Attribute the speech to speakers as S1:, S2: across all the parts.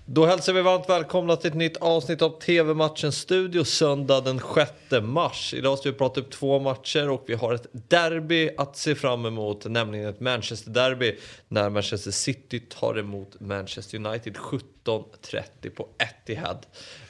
S1: Då hälsar vi varmt välkomna till ett nytt avsnitt av TV-matchen Studio söndag den 6 mars. Idag ska vi prata upp 2 matcher och vi har ett derby att se fram emot, nämligen ett Manchester-derby när Manchester City tar emot Manchester United 17:30 på Etihad.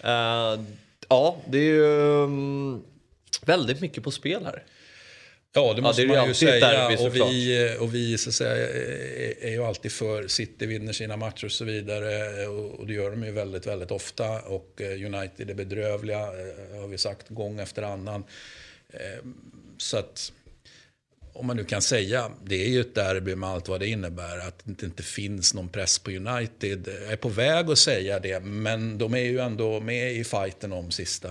S1: Ja, det är ju väldigt mycket på spel här.
S2: Ja, det måste man ju säga.
S1: Derby,
S2: och vi så att säga, är ju alltid för City vinner sina matcher och så vidare. Och det gör de ju väldigt, väldigt ofta. Och United är bedrövliga, har vi sagt gång efter annan. Så att, om man nu kan säga, det är ju ett derby med allt vad det innebär. Att det inte finns någon press på United. Jag är på väg att säga det, men de är ju ändå med i fighten om sista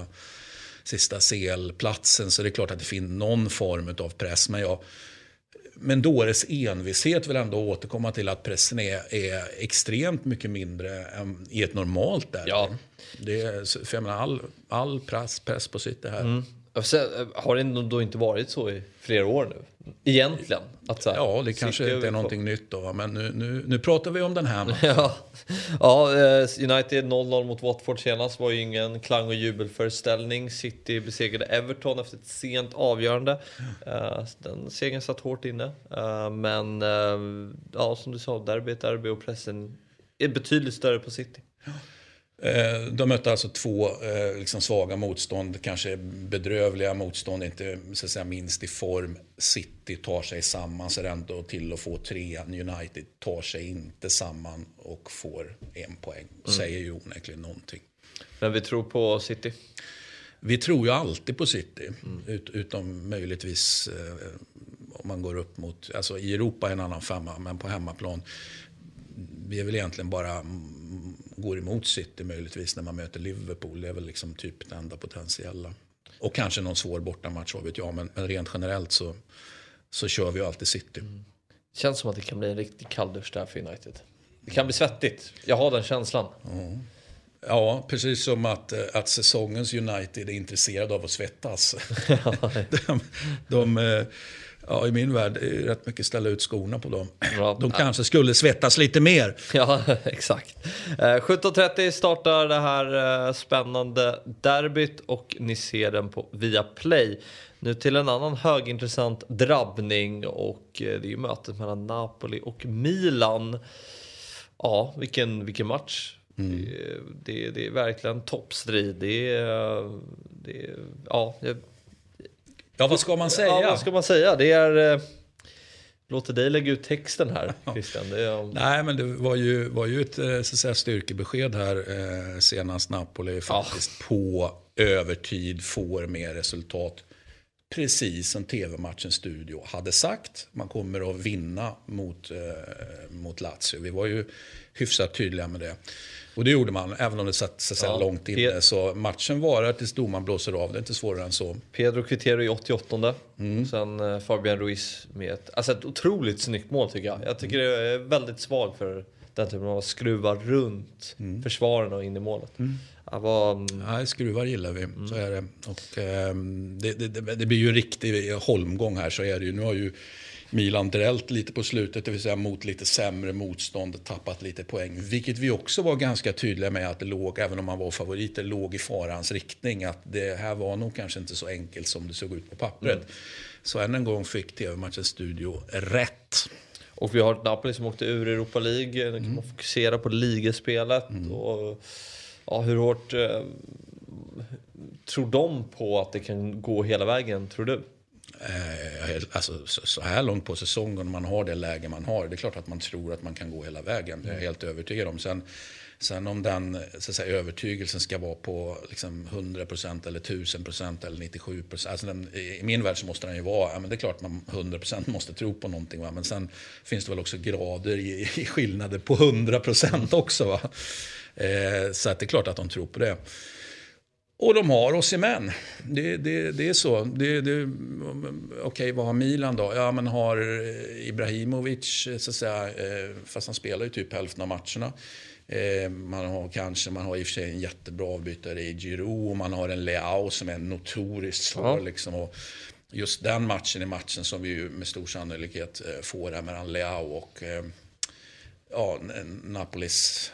S2: CL-platsen, så det är klart att det finns någon form av press. Men Dores envishet vill ändå återkomma till att pressen är extremt mycket mindre än i ett normalt där. Ja. Det är, för jag menar, all press på sitt det här.
S1: Mm. Har det då inte varit så i flera år nu? Egentligen. Att så här,
S2: ja, det kanske inte är någonting nytt då. Men nu pratar vi om den här matchen.
S1: Ja, United 0-0 mot Watford senast var ju ingen klang- och jubelföreställning. City besegrade Everton efter ett sent avgörande. Den segern satt hårt inne. Men ja, som du sa, derby och pressen är betydligt större på City.
S2: De mötte alltså 2 liksom svaga motstånd, kanske bedrövliga motstånd, inte så att säga minst i form. City tar sig samman, så ändå till att få 3. United tar sig inte samman och får 1 poäng. Säger ju onekligen någonting.
S1: Men vi tror på City?
S2: Vi tror ju alltid på City, utom möjligtvis om man går upp mot, alltså i Europa är en annan femma, men på hemmaplan vi är väl egentligen bara går emot City möjligtvis när man möter Liverpool. Det är väl liksom typ det enda potentiella. Och kanske någon svår bortamatch, vad vet jag. Men rent generellt så kör vi ju alltid City.
S1: Känns som att det kan bli en riktig kalldusch där för United. Det kan bli svettigt. Jag har den känslan.
S2: Ja, precis som att säsongens United är intresserade av att svettas. Ja, i min värld är det rätt mycket ställa ut skorna på dem. Ja, de kanske skulle svettas lite mer.
S1: Ja, exakt. 17:30 startar det här spännande derbyt och ni ser den på Viaplay. Nu till en annan högintressant drabbning, och det är ju mötet mellan Napoli och Milan. Ja, vilken match. Det är verkligen toppstrid.
S2: Ja, vad ska man säga?
S1: Ja, vad ska man säga? Det är... Låter dig lägga ut texten här, Christian.
S2: Nej, men det var ju ett så att säga, styrkebesked här senast. Napoli faktiskt på övertid får mer resultat. Precis som TV-matchen Studio hade sagt. Man kommer att vinna mot Lazio. Vi var ju hyfsat tydliga med det. Och det gjorde man, även om det satt så långt inne. Så matchen varar tills domaren blåser av. Det är inte svårare än så.
S1: Pedro Quintero i 88. Sen Fabian Ruiz med ett otroligt snyggt mål, tycker jag. Jag tycker det är väldigt svag för den typen av att skruva runt försvaren och in i målet.
S2: Nej, skruvar gillar vi, så är det. Och det blir ju en riktig holmgång här, så är det ju. Nu har ju Milan drällt lite på slutet, det vill säga mot lite sämre motstånd, tappat lite poäng. Vilket vi också var ganska tydliga med att det låg, även om man var favoriter, låg i farans riktning. Att det här var nog kanske inte så enkelt som det såg ut på pappret. Så än en gång fick TV-matchen Studio rätt.
S1: Och vi har ett Napoli som åkte ur Europa League. Nu kan man fokusera på ligaspelet. Och hur hårt tror de på att det kan gå hela vägen, tror du?
S2: Alltså, så här långt på säsongen, om man har det läge man har, det är klart att man tror att man kan gå hela vägen. Det är jag helt övertygad om. Sen om den så att säga, övertygelsen ska vara på liksom 100% eller 1000% eller 97%. Alltså i min värld så måste den ju vara, men det är klart att man 100% måste tro på någonting. Va? Men sen finns det väl också grader i skillnader på 100% också. Va? Så att det är klart att de tror på det. Och de har Osimhen. Det är så. Okej, vad har Milan då? Ja, man har Ibrahimovic, så att säga, fast han spelar ju typ hälften av matcherna. Man har i och för sig en jättebra avbytare i Giroud, och man har en Leao som är notoriskt svår liksom, och just den matchen är matchen som vi ju med stor sannolikhet får här mellan Leao och Napolis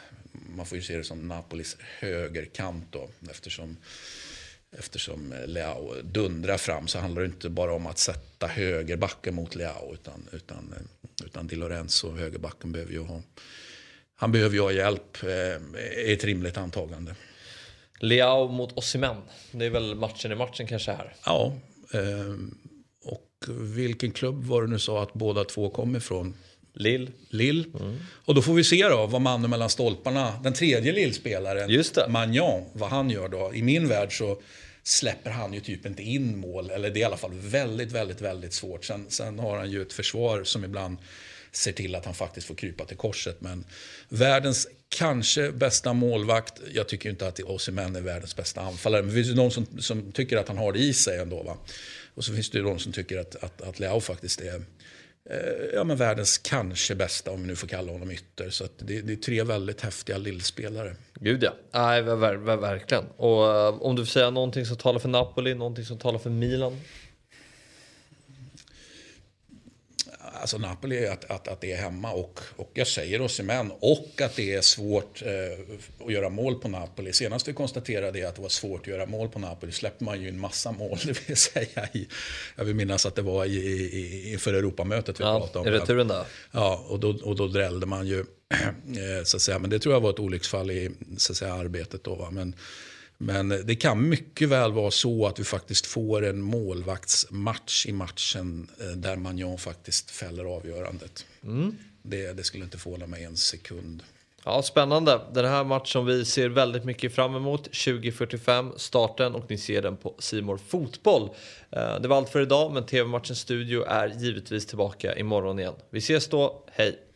S2: man får ju se det som Napolis högerkant då, eftersom Leao dundrar fram, så handlar det inte bara om att sätta högerbacken mot Leao, utan Di Lorenzo, högerbacken, behöver ju ha hjälp i ett rimligt antagande.
S1: Leao mot Osimhen, det är väl matchen i matchen kanske här?
S2: Ja, och vilken klubb var det nu sa att båda två kom ifrån? Lille. Och då får vi se då vad mannen mellan stolparna, den tredje Lille-spelaren, Maignan, vad han gör då. I min värld så släpper han ju typ inte in mål, eller det är i alla fall väldigt, väldigt, väldigt svårt. Sen har han ju ett försvar som ibland ser till att han faktiskt får krypa till korset. Men världens kanske bästa målvakt, jag tycker inte att Osimhen är världens bästa anfallare, men det finns ju någon som tycker att han har det i sig ändå, va. Och så finns det ju de som tycker att Leao faktiskt är men världens kanske bästa, om vi nu får kalla honom ytter. Så att det är tre väldigt häftiga lillspelare.
S1: Gud ja, nej, verkligen. Och om du får säga någonting som talar för Napoli, någonting som talar för Milan?
S2: Alltså Napoli, att det är hemma och jag säger Osimhen, och att det är svårt att göra mål på Napoli. Senast vi konstaterade att det var svårt att göra mål på Napoli släpper man ju en massa mål, det vill säga jag vill minnas att det var inför Europamötet vi pratade om.
S1: I returen där.
S2: Ja, och då drällde man ju så att säga, men det tror jag var ett olycksfall i så att säga arbetet då, va? Men det kan mycket väl vara så att vi faktiskt får en målvaktsmatch i matchen där Maignan faktiskt fäller avgörandet. Det skulle inte förvåna mig en sekund.
S1: Ja, spännande. Den här matchen som vi ser väldigt mycket fram emot, 20:45 starten, och ni ser den på C More Fotboll. Det var allt för idag, men TV-matchens studio är givetvis tillbaka imorgon igen. Vi ses då, hej!